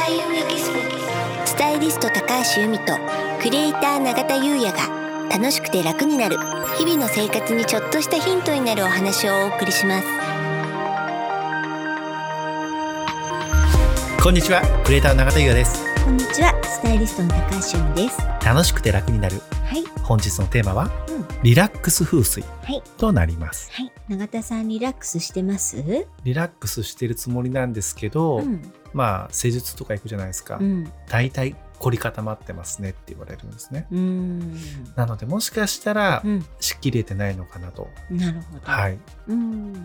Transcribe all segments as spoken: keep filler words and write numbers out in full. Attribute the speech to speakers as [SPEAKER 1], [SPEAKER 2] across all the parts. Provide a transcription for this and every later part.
[SPEAKER 1] 優也ギススタイリスト高橋由美とクリエイター永田優也が楽しくて楽になる日々の生活にちょっとしたヒントになるお話をお送りします。
[SPEAKER 2] こんにちは、クリエイター永田優也です。
[SPEAKER 1] こんにちは、スタイリストの高橋由美です。
[SPEAKER 2] 楽しくて楽になる、
[SPEAKER 1] はい、
[SPEAKER 2] 本日のテーマは、うん、リラックス風水となります。
[SPEAKER 1] はい、永田さんリラックスしてます？
[SPEAKER 2] リラックスしてるつもりなんですけど、うん、まあ施術とか行くじゃないですか、うん、大体凝り固まってますねって言われるんですね。うーん、なのでもしかしたら、うん、しきれてないのかなと。
[SPEAKER 1] なるほど、
[SPEAKER 2] はい、
[SPEAKER 1] うん、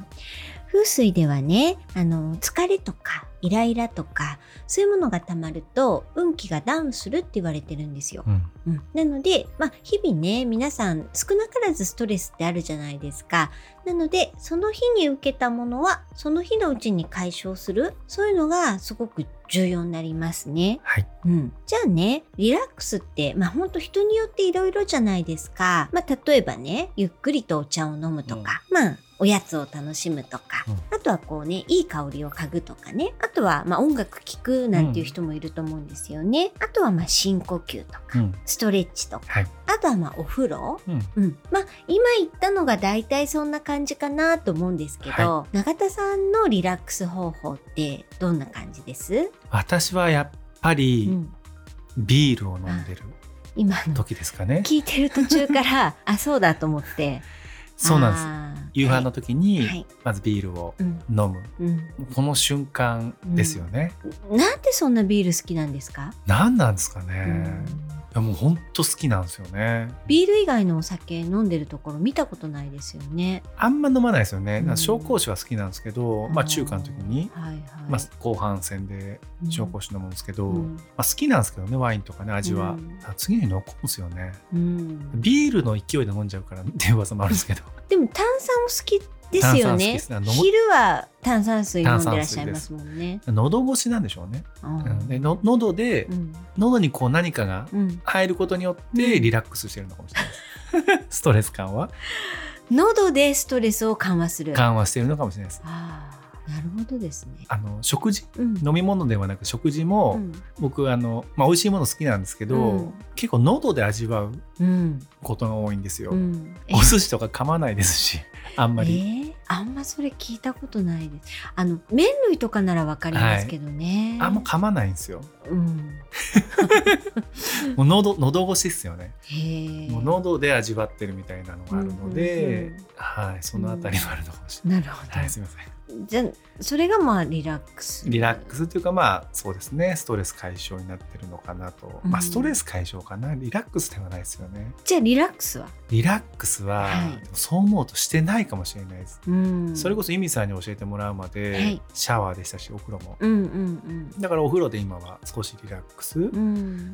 [SPEAKER 1] 風水ではね、あの疲れとかイライラとかそういうものがたまると運気がダウンするって言われてるんですよ、うんうん、なので、まあ、日々ね皆さん少なからずストレスってあるじゃないですか。なのでその日に受けたものはその日のうちに解消する、そういうのがすごく重要になりますね、
[SPEAKER 2] はい
[SPEAKER 1] うん、じゃあねリラックスってまあ本当人によっていろいろじゃないですか。まあ例えばねゆっくりとお茶を飲むとか、うん、まあおやつを楽しむとか、うん、あとはこうねいい香りを嗅ぐとかね、あとはまあ音楽聴くなんていう人もいると思うんですよね、うん、あとはまあ深呼吸とか、うん、ストレッチとか、はい、あとはまあお風呂、うんうん、まあ今言ったのが大体そんな感じかなと思うんですけど、はい、永田さんのリラックス方法ってどんな感じです？
[SPEAKER 2] 私はやっぱり、うん、ビールを飲んでる今の時ですかね。
[SPEAKER 1] 聞いてる途中からあそうだと思って
[SPEAKER 2] そうなんです。夕飯の時にまずビールを飲む、はいうん、この瞬間ですよね、
[SPEAKER 1] うん、なんでそんなビール好きなんですか？
[SPEAKER 2] なんなんですかね、うん、いやもう本当好きなんですよね。
[SPEAKER 1] ビール以外のお酒飲んでるところ見たことないですよね。
[SPEAKER 2] あんま飲まないですよね、うん、紹興酒は好きなんですけど、まあ、中華の時に、はいはいまあ、後半戦で紹興酒飲むんですけど、うんまあ、好きなんですけどねワインとかね味は、うん、次に残るんですよね、うん、ビールの勢いで飲んじゃうからっていう噂もあるんですけど
[SPEAKER 1] でも炭酸も好きですよね。昼は炭酸水飲んでらっしゃいますもんね。
[SPEAKER 2] 喉越しなんでしょうね、うん、での喉で、うん、喉にこう何かが入ることによってリラックスしてるのかもしれないです、うん、ストレス緩和
[SPEAKER 1] 喉でストレスを緩和する
[SPEAKER 2] 緩和してるのかもしれないです。
[SPEAKER 1] あなるほどですね。
[SPEAKER 2] あの食事、うん、飲み物ではなく食事も、うん、僕あの、まあ、美味しいもの好きなんですけど、うん、結構喉で味わうことが多いんですよ、うん、お寿司とか噛まないですしあんまり、
[SPEAKER 1] えー、あんまそれ聞いたことないです。あの麺類とかならわかりますけどね、
[SPEAKER 2] はい、あんま噛まないんですよ、うん、もう 喉, 喉越しですよね。へもう喉で味わってるみたいなのがあるので、うんうんうんはい、そのあたりもあるのかもしれない、うん、なるほど、はい、すいません。
[SPEAKER 1] じゃあそれがまあリラックス
[SPEAKER 2] リラックスというかまあそうですねストレス解消になってるのかなと、うん、まあストレス解消かなリラックスではないですよね。
[SPEAKER 1] じゃあリラックスは
[SPEAKER 2] リラックスは、はい、そう思うとしてないかもしれないです、うん、それこそ由美さんに教えてもらうまで、はい、シャワーでしたしお風呂も、うんうんうん、だからお風呂で今は少しリラックス、うん、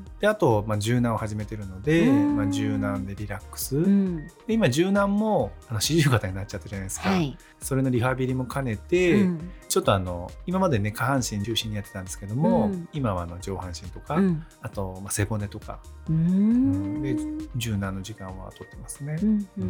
[SPEAKER 2] であと、まあ、柔軟を始めてるので、うんまあ、柔軟でリラックス、うん、で今柔軟もあの四十肩になっちゃってるじゃないですか、はい、それのリハビリも兼ねて、うん、ちょっとあの今までね下半身中心にやってたんですけども、うん、今はあの上半身とか、うん、あと、まあ、背骨とかうーんで柔軟の時間はとってますね、うんうんうん、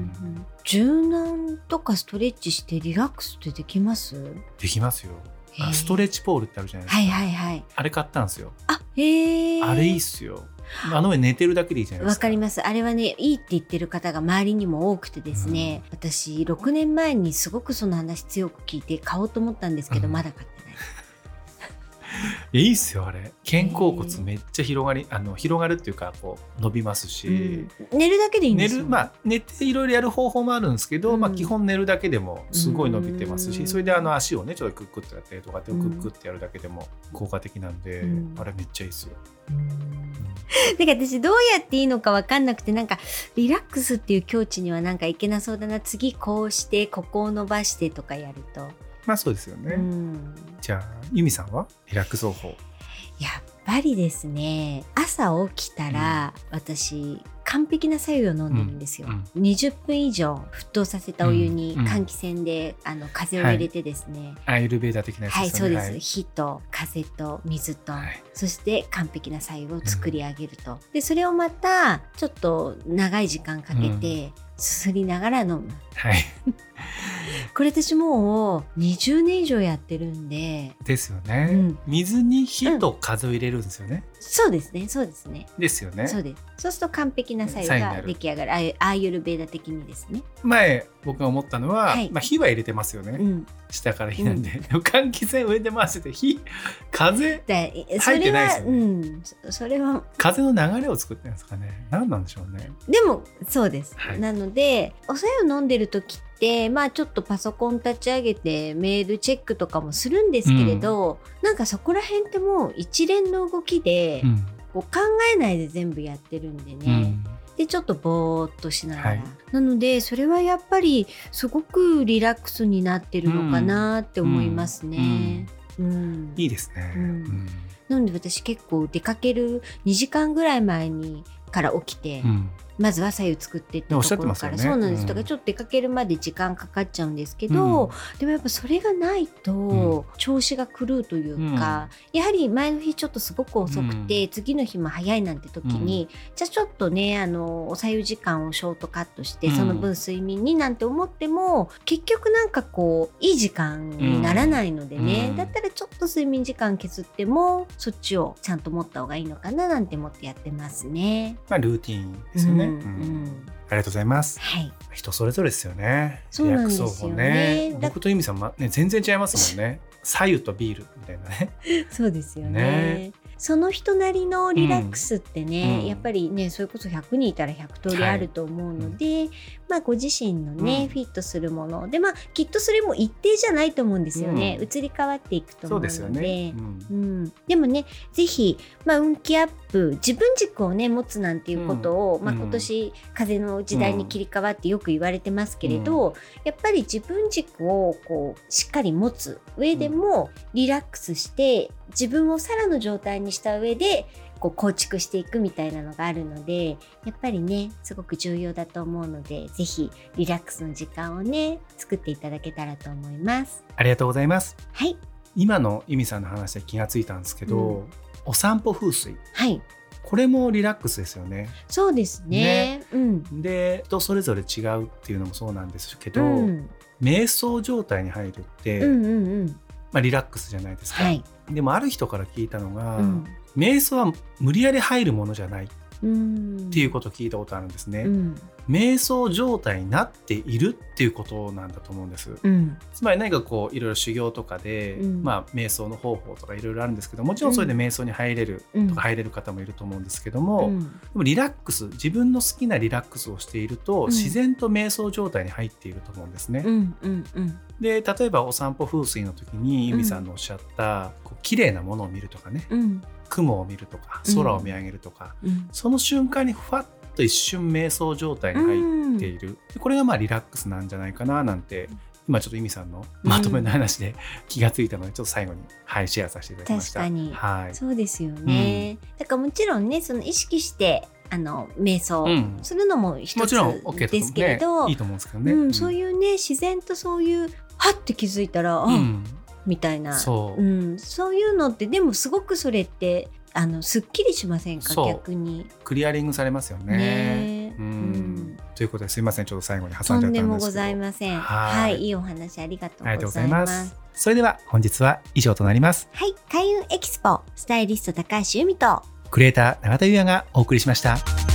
[SPEAKER 1] 柔軟とかストレッチしてリラックスってできます？
[SPEAKER 2] できますよ。あストレッチポールってあるじゃないですか、
[SPEAKER 1] はいはいはい、
[SPEAKER 2] あれ買ったんですよ。
[SPEAKER 1] あへー
[SPEAKER 2] あれいいっすよ。あの上寝てるだけでいいじゃないですか。
[SPEAKER 1] わかります。あれはねいいって言ってる方が周りにも多くてですね、うん、私ろくねんまえにすごくその話強く聞いて買おうと思ったんですけど、うん、まだ買ってない
[SPEAKER 2] いいっすよあれ。肩甲骨めっちゃ広がりあの広がるっていうかこう伸びますし、
[SPEAKER 1] うん、寝るだけでいいんですよ。
[SPEAKER 2] 寝る、まあ、寝ていろいろやる方法もあるんですけど、うんまあ、基本寝るだけでもすごい伸びてますし、うん、それであの足をねちょっとクックッとやったりとか手をクックッとやるだけでも効果的なんで、うん、あれめっちゃいいっすよ。
[SPEAKER 1] だから私どうやっていいのか分かんなくて、なんかリラックスっていう境地にはなんかいけなそうだな、次こうしてここを伸ばしてとかやると
[SPEAKER 2] まあそうですよね、うん、じゃあ由美さんはリラックス方法？
[SPEAKER 1] やっぱりですね朝起きたら、うん、私完璧な白湯を飲んでるんですよ、うんうん、にじゅっぷん以上沸騰させたお湯に換気扇で、うん、あの風を入れてですね、
[SPEAKER 2] はい、アイルベーダ的なやつですね。
[SPEAKER 1] はいそうです、
[SPEAKER 2] はい、
[SPEAKER 1] 火と風と水と、はい、そして完璧な白湯を作り上げると、うん、でそれをまたちょっと長い時間かけて、うんすすりながら飲む。
[SPEAKER 2] はい
[SPEAKER 1] これ私もうにじゅうねん以上やってるんで。
[SPEAKER 2] ですよね、うん、水に火と風を入れるんですよね、
[SPEAKER 1] うん、そうですねそうですね
[SPEAKER 2] ですよね。
[SPEAKER 1] そうです。そうすると完璧な白湯が出来上がる。アーユルベーダ的にですね。
[SPEAKER 2] 前僕が思ったのは、はい、まあ、火は入れてますよね、うん、下から火なんで、うん、換気扇上で回してて火風入ってないですよね。うん、それは風の流れを作ってるんですかね。何なんでしょうね。
[SPEAKER 1] でもそうです、はい、なのでお白湯飲んでる時ってまあちょっとパソコン立ち上げてメールチェックとかもするんですけれど、うん、なんかそこら辺ってもう一連の動きで、うん、こう考えないで全部やってるんでね、うん、でちょっとぼーっとしながら、はい、なのでそれはやっぱりすごくリラックスになってるのかなって思いますね、うんうんうん、
[SPEAKER 2] いいですね、うんうん、
[SPEAKER 1] なので私結構出かけるにじかんぐらい前にから起きて、うん、まずは白湯作ってってところから、ね、そうなんです、うん、とかちょっと出かけるまで時間かかっちゃうんですけど、うん、でもやっぱそれがないと調子が狂うというか、うん、やはり前の日ちょっとすごく遅くて、うん、次の日も早いなんて時に、うん、じゃあちょっとねあのお白湯時間をショートカットして、うん、その分睡眠になんて思っても結局なんかこういい時間にならないのでね、うん、だったらちょっと睡眠時間削ってもそっちをちゃんと持った方がいいのかななんて思ってやってますね。
[SPEAKER 2] まあルーティンですよね、うんうん、ありがとうございます、はい、人それぞれですよね。
[SPEAKER 1] そうなんですよね。
[SPEAKER 2] 僕と由美さん、まね、全然違いますもんね白湯とビールみたいなね
[SPEAKER 1] そうですよ ね, ねその人なりのリラックスってね、うん、やっぱりねそれこそひゃくにんいたらひゃく通りあると思うので、はい、まあご自身のね、うん、フィットするもので、まあきっとそれも一定じゃないと思うんですよね、うん、移り変わっていくと思うので、そうですよね、うんうん、でもねぜひ、まあ、運気アップ自分軸をね持つなんていうことを、うんまあ、今年風の時代に切り替わってよく言われてますけれど、うん、やっぱり自分軸をこうしっかり持つ上でもリラックスして自分をさらの状態にした上でこう構築していくみたいなのがあるので、やっぱりねすごく重要だと思うので、ぜひリラックスの時間をね作っていただけたらと思います。
[SPEAKER 2] ありがとうございます。
[SPEAKER 1] はい、
[SPEAKER 2] 今の由美さんの話で気がついたんですけど、うん、お散歩風水、
[SPEAKER 1] はい、
[SPEAKER 2] これもリラックスですよね。
[SPEAKER 1] そうです ね, ね、うん、
[SPEAKER 2] で人それぞれ違うっていうのもそうなんですけど、うん、瞑想状態に入るって、うんうんうんまあ、リラックスじゃないですか、はい、でもある人から聞いたのが、うん、瞑想は無理やり入るものじゃないっていうことを聞いたことあるんですね、うん、瞑想状態になっているっていうことなんだと思うんです、うん、つまり何かこういろいろ修行とかで、うんまあ、瞑想の方法とかいろいろあるんですけど、もちろんそれで瞑想に入れるとか入れる方もいると思うんですけども、うん、でもリラックス自分の好きなリラックスをしていると、うん、自然と瞑想状態に入っていると思うんですね、うんうんうん、で例えばお散歩風水の時に由美さんのおっしゃった、こう綺麗なものを見るとかね、うん雲を見るとか空を見上げるとか、うん、その瞬間にふわっと一瞬瞑想状態に入っている、うん、これがまあリラックスなんじゃないかななんて今ちょっと由美さんのまとめの話で気がついたので、ちょっと最後に、はい、シェアさせていただきました。
[SPEAKER 1] 確かに、
[SPEAKER 2] はい、
[SPEAKER 1] そうですよね、うん、だからもちろんねその意識してあの瞑想するのも一つですけれど、
[SPEAKER 2] うん、いいと思うんですけどね、
[SPEAKER 1] うん、そういうね自然とそういうはって気づいたら、うん、みたいなそう、うん、そういうのってでもすごくそれってあのすっきりしませんか？逆に
[SPEAKER 2] クリアリングされますよ ね, ね、うんうん、ということですいませんちょっと最後に挟んじゃったんですけど、とんでもご
[SPEAKER 1] ざいません。はい、はい、いいお話ありがとうございます。
[SPEAKER 2] それでは本日は以上となります。
[SPEAKER 1] はい、開運エキスポスタイリスト高橋由美と
[SPEAKER 2] クリエイター永田優也がお送りしました。